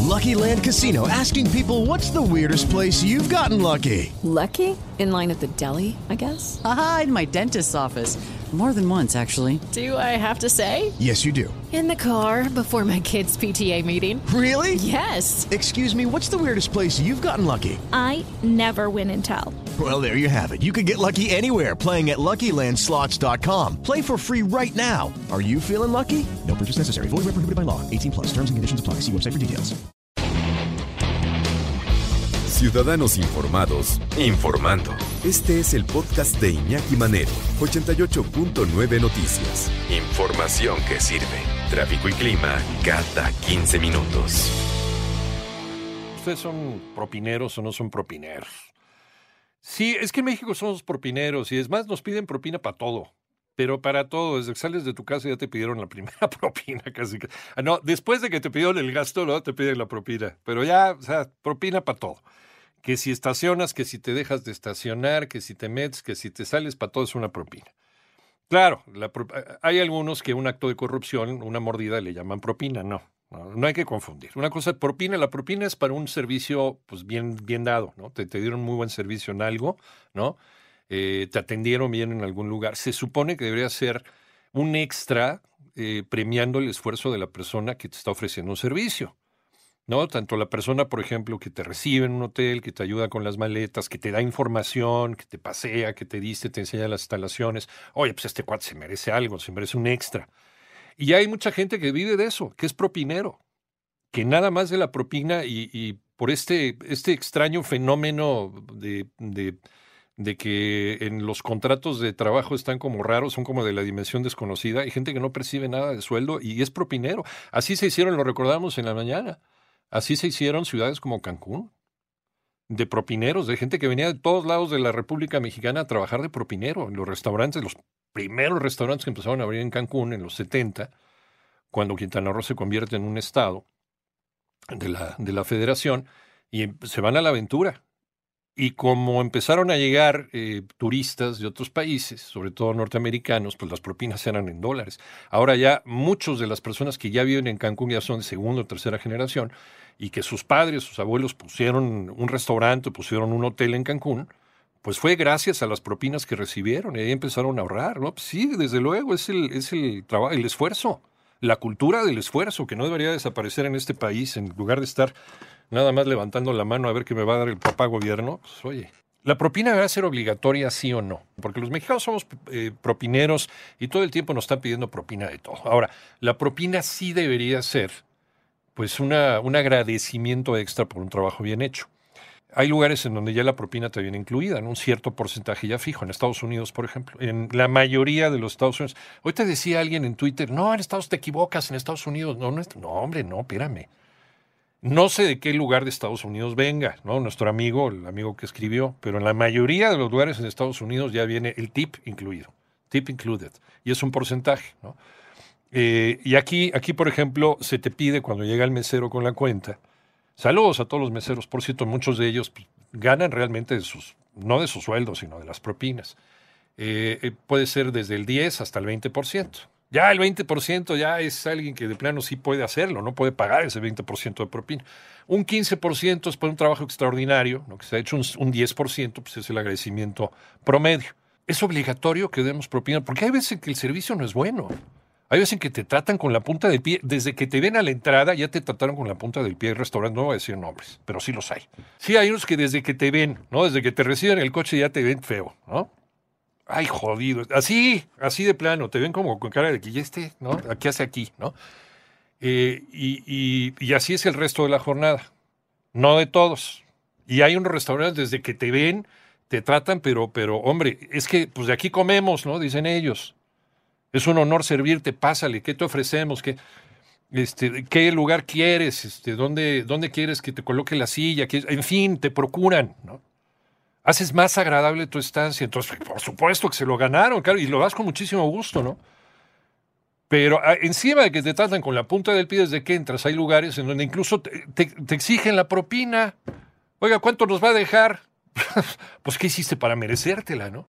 Lucky Land Casino, asking people, what's the weirdest place you've gotten lucky? Lucky? In line at the deli, I guess? Aha, in my dentist's office. More than once, actually. Do I have to say? Yes, you do. In the car before my kids' PTA meeting. Really? Yes. Excuse me, what's the weirdest place you've gotten lucky? I never win and tell. Well, there you have it. You can get lucky anywhere, playing at LuckyLandSlots.com. Play for free right now. Are you feeling lucky? No purchase necessary. Void where prohibited by law. 18+. Terms and conditions apply. See website for details. Ciudadanos informados, informando. Este es el podcast de Iñaki Manero, 88.9 Noticias. Información que sirve. Tráfico y clima cada 15 minutos. ¿Ustedes son propineros o no son propineros? Sí, es que en México somos propineros y es más, nos piden propina para todo. Pero para todo, desde que sales de tu casa ya te pidieron la primera propina casi. No, después de que te pidieron el gasto, no te piden la propina. Pero ya, o sea, propina para todo. Que si estacionas, que si te dejas de estacionar, que si te metes, que si te sales, para todo es una propina. Claro, hay algunos que un acto de corrupción, una mordida, le llaman propina. No hay que confundir. Una cosa es propina, la propina es para un servicio pues bien dado, ¿no? Te dieron muy buen servicio en algo, ¿no? Te atendieron bien en algún lugar. Se supone que debería ser un extra premiando el esfuerzo de la persona que te está ofreciendo un servicio, ¿no? Tanto la persona, por ejemplo, que te recibe en un hotel, que te ayuda con las maletas, que te da información, que te pasea, que te enseña las instalaciones. Oye, pues este cuate se merece algo, se merece un extra. Y hay mucha gente que vive de eso, que es propinero, que nada más de la propina y por este extraño fenómeno de que en los contratos de trabajo están como raros, son como de la dimensión desconocida. Hay gente que no percibe nada de sueldo y es propinero. Así se hicieron, lo recordamos en la mañana, así se hicieron ciudades como Cancún, de propineros, de gente que venía de todos lados de la República Mexicana a trabajar de propinero en los restaurantes, los primeros restaurantes que empezaron a abrir en Cancún en los 70, cuando Quintana Roo se convierte en un estado de la federación, y se van a la aventura. Y como empezaron a llegar turistas de otros países, sobre todo norteamericanos, pues las propinas eran en dólares. Ahora ya muchos de las personas que ya viven en Cancún ya son de segunda o tercera generación y que sus padres, sus abuelos pusieron un restaurante, pusieron un hotel en Cancún, pues fue gracias a las propinas que recibieron y ahí empezaron a ahorrar, ¿no? Pues sí, desde luego, es el trabajo, el esfuerzo, la cultura del esfuerzo que no debería desaparecer en este país en lugar de estar nada más levantando la mano a ver qué me va a dar el papá gobierno. Pues oye, ¿la propina debe ser obligatoria, sí o no? Porque los mexicanos somos propineros y todo el tiempo nos están pidiendo propina de todo. Ahora, la propina sí debería ser pues un agradecimiento extra por un trabajo bien hecho. Hay lugares en donde ya la propina te viene incluida, en un cierto porcentaje ya fijo. En Estados Unidos, por ejemplo, en la mayoría de los Estados Unidos. Hoy te decía alguien en Twitter, no, en Estados te equivocas, en Estados Unidos. No, hombre, no, espérame. No sé de qué lugar de Estados Unidos venga, ¿no? Nuestro amigo, el amigo que escribió, pero en la mayoría de los lugares en Estados Unidos ya viene el tip incluido, tip included, y es un porcentaje, ¿no? Y aquí, por ejemplo, se te pide cuando llega el mesero con la cuenta. Saludos a todos los meseros, por cierto, muchos de ellos ganan realmente no de sus sueldos, sino de las propinas. Puede ser desde el 10 hasta el 20%. Ya el 20% ya es alguien que de plano sí puede hacerlo, no puede pagar ese 20% de propina. Un 15% es por un trabajo extraordinario, ¿no? Que se ha hecho un 10%, pues es el agradecimiento promedio. Es obligatorio que demos propina, porque hay veces que el servicio no es bueno. Hay veces que te tratan con la punta del pie. Desde que te ven a la entrada, ya te trataron con la punta del pie. El restaurante, no voy a decir nombres, pero sí los hay. Sí, hay unos que desde que te ven, ¿no? Desde que te reciben el coche ya te ven feo, ¿no? Ay, jodido. Así de plano. Te ven como con cara de que ya ¿no? ¿Qué hace aquí, no? Y así es el resto de la jornada. No de todos. Y hay unos restaurantes desde que te ven, te tratan, pero hombre, es que pues de aquí comemos, ¿no? Dicen ellos. Es un honor servirte, pásale, ¿qué te ofrecemos? ¿Qué lugar quieres? ¿Dónde quieres que te coloque la silla? En fin, te procuran, ¿no? Haces más agradable tu estancia. Entonces, por supuesto que se lo ganaron, claro, y lo das con muchísimo gusto, ¿no? Pero encima de que te tratan con la punta del pie desde que entras, hay lugares en donde incluso te exigen la propina. Oiga, ¿cuánto nos va a dejar? Pues, ¿qué hiciste para merecértela, no?